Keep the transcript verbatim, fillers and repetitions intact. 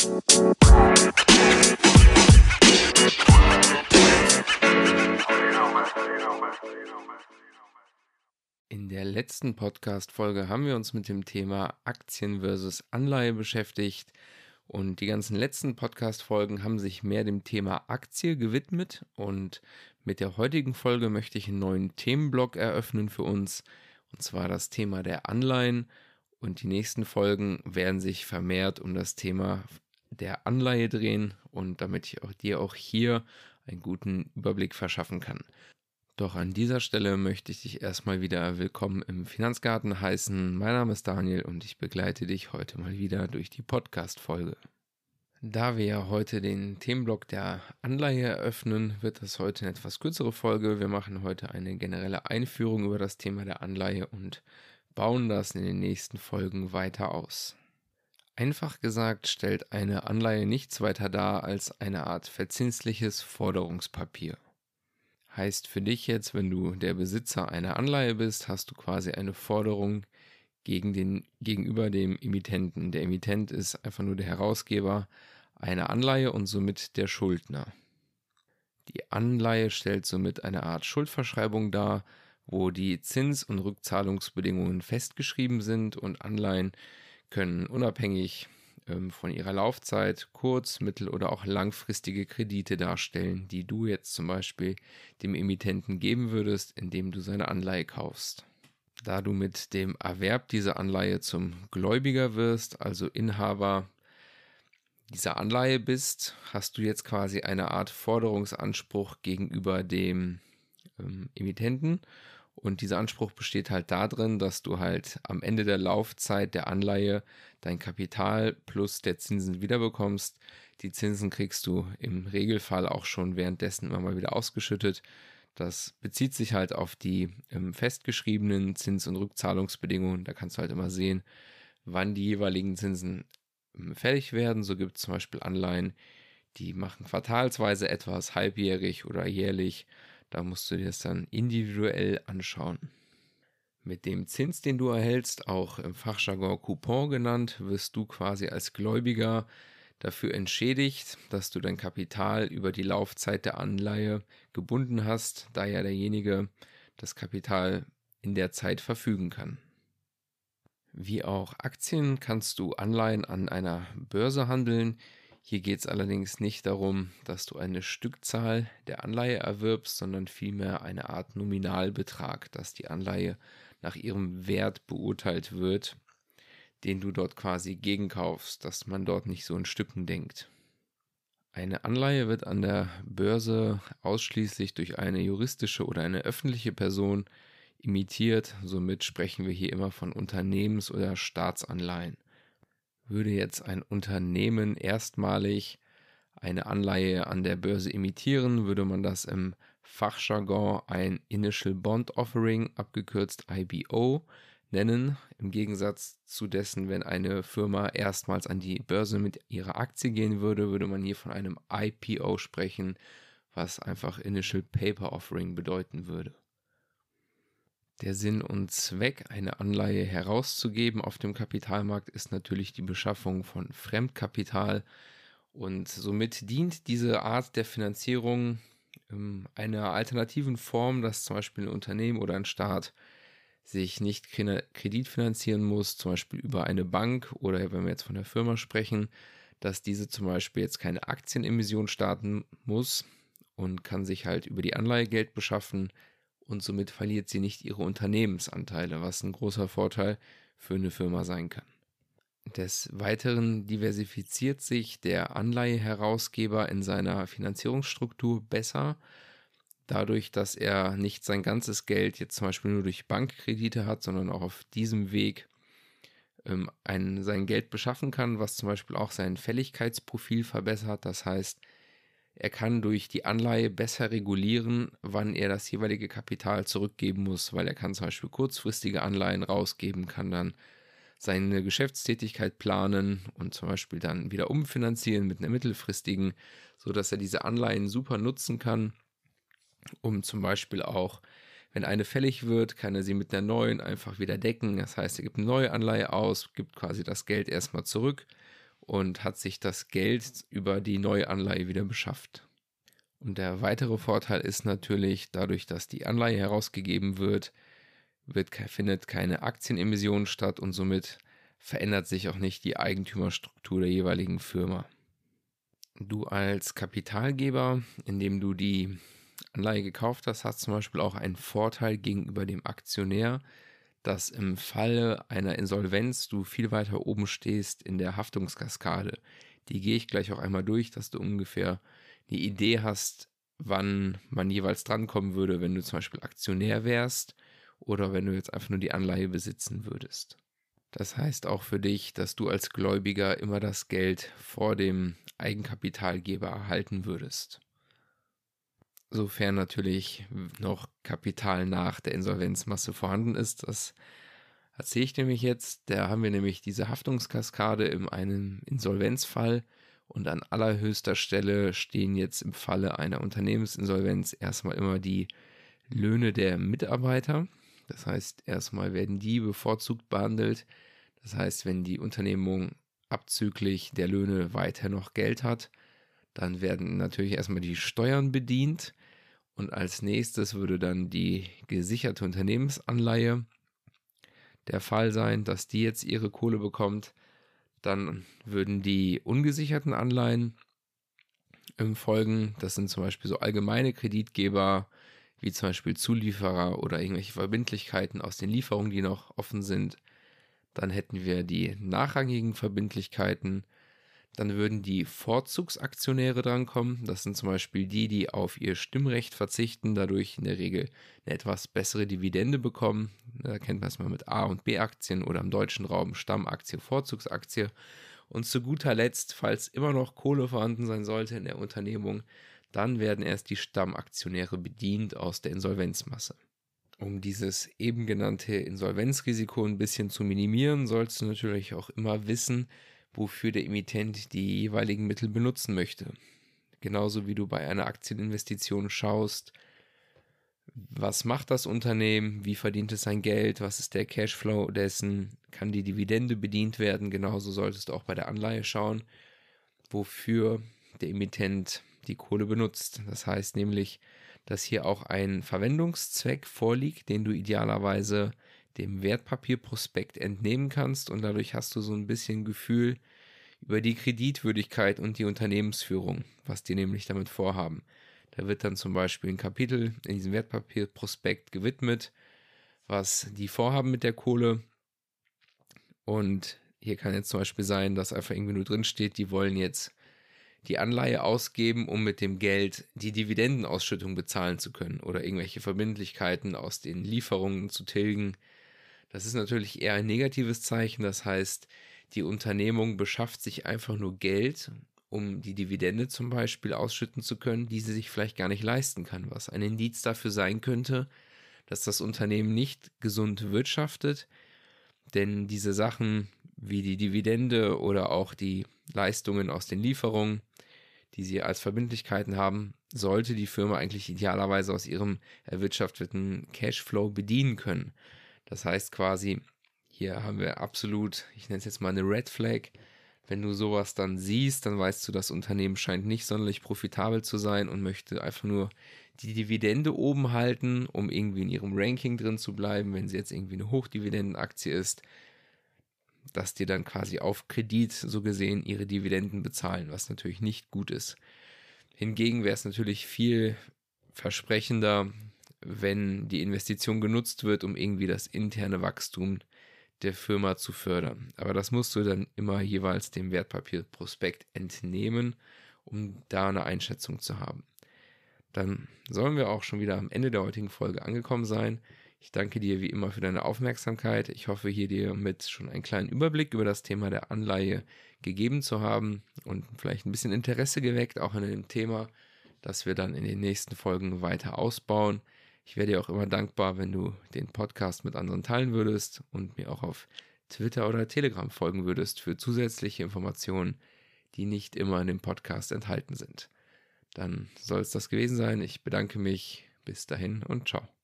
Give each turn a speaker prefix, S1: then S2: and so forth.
S1: In der letzten Podcast-Folge haben wir uns mit dem Thema Aktien versus Anleihe beschäftigt und die ganzen letzten Podcast-Folgen haben sich mehr dem Thema Aktie gewidmet und mit der heutigen Folge möchte ich einen neuen Themenblock eröffnen für uns, und zwar das Thema der Anleihen, und die nächsten Folgen werden sich vermehrt um das Thema der Anleihe drehen und damit ich auch dir auch hier einen guten Überblick verschaffen kann. Doch an dieser Stelle möchte ich dich erstmal wieder willkommen im Finanzgarten heißen. Mein Name ist Daniel und ich begleite dich heute mal wieder durch die Podcast-Folge. Da wir ja heute den Themenblock der Anleihe eröffnen, wird das heute eine etwas kürzere Folge. Wir machen heute eine generelle Einführung über das Thema der Anleihe und bauen das in den nächsten Folgen weiter aus. Einfach gesagt stellt eine Anleihe nichts weiter dar als eine Art verzinsliches Forderungspapier. Heißt für dich jetzt, wenn du der Besitzer einer Anleihe bist, hast du quasi eine Forderung gegen den, gegenüber dem Emittenten. Der Emittent ist einfach nur der Herausgeber einer Anleihe und somit der Schuldner. Die Anleihe stellt somit eine Art Schuldverschreibung dar, wo die Zins- und Rückzahlungsbedingungen festgeschrieben sind, und Anleihen können unabhängig von ihrer Laufzeit kurz-, mittel- oder auch langfristige Kredite darstellen, die du jetzt zum Beispiel dem Emittenten geben würdest, indem du seine Anleihe kaufst. Da du mit dem Erwerb dieser Anleihe zum Gläubiger wirst, also Inhaber dieser Anleihe bist, hast du jetzt quasi eine Art Forderungsanspruch gegenüber dem ähm, Emittenten. Und dieser Anspruch besteht halt darin, dass du halt am Ende der Laufzeit der Anleihe dein Kapital plus der Zinsen wiederbekommst. Die Zinsen kriegst du im Regelfall auch schon währenddessen immer mal wieder ausgeschüttet. Das bezieht sich halt auf die ähm, festgeschriebenen Zins- und Rückzahlungsbedingungen. Da kannst du halt immer sehen, wann die jeweiligen Zinsen ähm, fällig werden. So gibt es zum Beispiel Anleihen, die machen quartalsweise etwas, halbjährig oder jährlich. Da musst du dir das dann individuell anschauen. Mit dem Zins, den du erhältst, auch im Fachjargon Coupon genannt, wirst du quasi als Gläubiger dafür entschädigt, dass du dein Kapital über die Laufzeit der Anleihe gebunden hast, da ja derjenige das Kapital in der Zeit verfügen kann. Wie auch Aktien kannst du Anleihen an einer Börse handeln. Hier geht es allerdings nicht darum, dass du eine Stückzahl der Anleihe erwirbst, sondern vielmehr eine Art Nominalbetrag, dass die Anleihe nach ihrem Wert beurteilt wird, den du dort quasi gegenkaufst, dass man dort nicht so in Stücken denkt. Eine Anleihe wird an der Börse ausschließlich durch eine juristische oder eine öffentliche Person emittiert, somit sprechen wir hier immer von Unternehmens- oder Staatsanleihen. Würde jetzt ein Unternehmen erstmalig eine Anleihe an der Börse emittieren, würde man das im Fachjargon ein Initial Bond Offering, abgekürzt I B O, nennen. Im Gegensatz zu dessen, wenn eine Firma erstmals an die Börse mit ihrer Aktie gehen würde, würde man hier von einem I P O sprechen, was einfach Initial Paper Offering bedeuten würde. Der Sinn und Zweck, eine Anleihe herauszugeben auf dem Kapitalmarkt, ist natürlich die Beschaffung von Fremdkapital, und somit dient diese Art der Finanzierung ähm, einer alternativen Form, dass zum Beispiel ein Unternehmen oder ein Staat sich nicht kreditfinanzieren muss, zum Beispiel über eine Bank, oder wenn wir jetzt von der Firma sprechen, dass diese zum Beispiel jetzt keine Aktienemission starten muss und kann sich halt über die Anleihe Geld beschaffen, und somit verliert sie nicht ihre Unternehmensanteile, was ein großer Vorteil für eine Firma sein kann. Des Weiteren diversifiziert sich der Anleiheherausgeber in seiner Finanzierungsstruktur besser, dadurch, dass er nicht sein ganzes Geld jetzt zum Beispiel nur durch Bankkredite hat, sondern auch auf diesem Weg ähm, ein, sein Geld beschaffen kann, was zum Beispiel auch sein Fälligkeitsprofil verbessert. Das heißt, er kann durch die Anleihe besser regulieren, wann er das jeweilige Kapital zurückgeben muss, weil er kann zum Beispiel kurzfristige Anleihen rausgeben, kann dann seine Geschäftstätigkeit planen und zum Beispiel dann wieder umfinanzieren mit einer mittelfristigen, sodass er diese Anleihen super nutzen kann, um zum Beispiel auch, wenn eine fällig wird, kann er sie mit einer neuen einfach wieder decken. Das heißt, er gibt eine neue Anleihe aus, gibt quasi das Geld erstmal zurück und hat sich das Geld über die Neuanleihe wieder beschafft. Und der weitere Vorteil ist natürlich, dadurch, dass die Anleihe herausgegeben wird, wird findet keine Aktienemission statt und somit verändert sich auch nicht die Eigentümerstruktur der jeweiligen Firma. Du als Kapitalgeber, indem du die Anleihe gekauft hast, hast zum Beispiel auch einen Vorteil gegenüber dem Aktionär, dass im Falle einer Insolvenz du viel weiter oben stehst in der Haftungskaskade. Die gehe ich gleich auch einmal durch, dass du ungefähr eine Idee hast, wann man jeweils drankommen würde, wenn du zum Beispiel Aktionär wärst oder wenn du jetzt einfach nur die Anleihe besitzen würdest. Das heißt auch für dich, dass du als Gläubiger immer das Geld vor dem Eigenkapitalgeber erhalten würdest. Sofern natürlich noch Kapital nach der Insolvenzmasse vorhanden ist. Das erzähle ich nämlich jetzt. Da haben wir nämlich diese Haftungskaskade in einem Insolvenzfall und an allerhöchster Stelle stehen jetzt im Falle einer Unternehmensinsolvenz erstmal immer die Löhne der Mitarbeiter. Das heißt, erstmal werden die bevorzugt behandelt. Das heißt, wenn die Unternehmung abzüglich der Löhne weiter noch Geld hat, dann werden natürlich erstmal die Steuern bedient und als nächstes würde dann die gesicherte Unternehmensanleihe der Fall sein, dass die jetzt ihre Kohle bekommt. Dann würden die ungesicherten Anleihen folgen. Das sind zum Beispiel so allgemeine Kreditgeber, wie zum Beispiel Zulieferer oder irgendwelche Verbindlichkeiten aus den Lieferungen, die noch offen sind. Dann hätten wir die nachrangigen Verbindlichkeiten. Dann würden die Vorzugsaktionäre drankommen. Das sind zum Beispiel die, die auf ihr Stimmrecht verzichten, dadurch in der Regel eine etwas bessere Dividende bekommen. Da kennt man es mal mit A- und B-Aktien oder im deutschen Raum Stammaktie, Vorzugsaktie. Und zu guter Letzt, falls immer noch Kohle vorhanden sein sollte in der Unternehmung, dann werden erst die Stammaktionäre bedient aus der Insolvenzmasse. Um dieses eben genannte Insolvenzrisiko ein bisschen zu minimieren, sollst du natürlich auch immer wissen, wofür der Emittent die jeweiligen Mittel benutzen möchte. Genauso wie du bei einer Aktieninvestition schaust, was macht das Unternehmen, wie verdient es sein Geld, was ist der Cashflow dessen, kann die Dividende bedient werden. Genauso solltest du auch bei der Anleihe schauen, wofür der Emittent die Kohle benutzt. Das heißt nämlich, dass hier auch ein Verwendungszweck vorliegt, den du idealerweise dem Wertpapierprospekt entnehmen kannst und dadurch hast du so ein bisschen Gefühl über die Kreditwürdigkeit und die Unternehmensführung, was die nämlich damit vorhaben. Da wird dann zum Beispiel ein Kapitel in diesem Wertpapierprospekt gewidmet, was die vorhaben mit der Kohle. Und hier kann jetzt zum Beispiel sein, dass einfach irgendwie nur drin steht, die wollen jetzt die Anleihe ausgeben, um mit dem Geld die Dividendenausschüttung bezahlen zu können oder irgendwelche Verbindlichkeiten aus den Lieferungen zu tilgen. Das ist natürlich eher ein negatives Zeichen, das heißt, die Unternehmung beschafft sich einfach nur Geld, um die Dividende zum Beispiel ausschütten zu können, die sie sich vielleicht gar nicht leisten kann, was ein Indiz dafür sein könnte, dass das Unternehmen nicht gesund wirtschaftet, denn diese Sachen wie die Dividende oder auch die Leistungen aus den Lieferungen, die sie als Verbindlichkeiten haben, sollte die Firma eigentlich idealerweise aus ihrem erwirtschafteten Cashflow bedienen können. Das heißt quasi, hier haben wir absolut, ich nenne es jetzt mal eine Red Flag. Wenn du sowas dann siehst, dann weißt du, das Unternehmen scheint nicht sonderlich profitabel zu sein und möchte einfach nur die Dividende oben halten, um irgendwie in ihrem Ranking drin zu bleiben, wenn sie jetzt irgendwie eine Hochdividendenaktie ist, dass die dann quasi auf Kredit so gesehen ihre Dividenden bezahlen, was natürlich nicht gut ist. Hingegen wäre es natürlich viel versprechender, wenn die Investition genutzt wird, um irgendwie das interne Wachstum der Firma zu fördern. Aber das musst du dann immer jeweils dem Wertpapierprospekt entnehmen, um da eine Einschätzung zu haben. Dann sollen wir auch schon wieder am Ende der heutigen Folge angekommen sein. Ich danke dir wie immer für deine Aufmerksamkeit. Ich hoffe, hier dir mit schon einen kleinen Überblick über das Thema der Anleihe gegeben zu haben und vielleicht ein bisschen Interesse geweckt, auch an dem Thema, das wir dann in den nächsten Folgen weiter ausbauen. Ich wäre dir auch immer dankbar, wenn du den Podcast mit anderen teilen würdest und mir auch auf Twitter oder Telegram folgen würdest für zusätzliche Informationen, die nicht immer in dem Podcast enthalten sind. Dann soll es das gewesen sein. Ich bedanke mich. Bis dahin und ciao.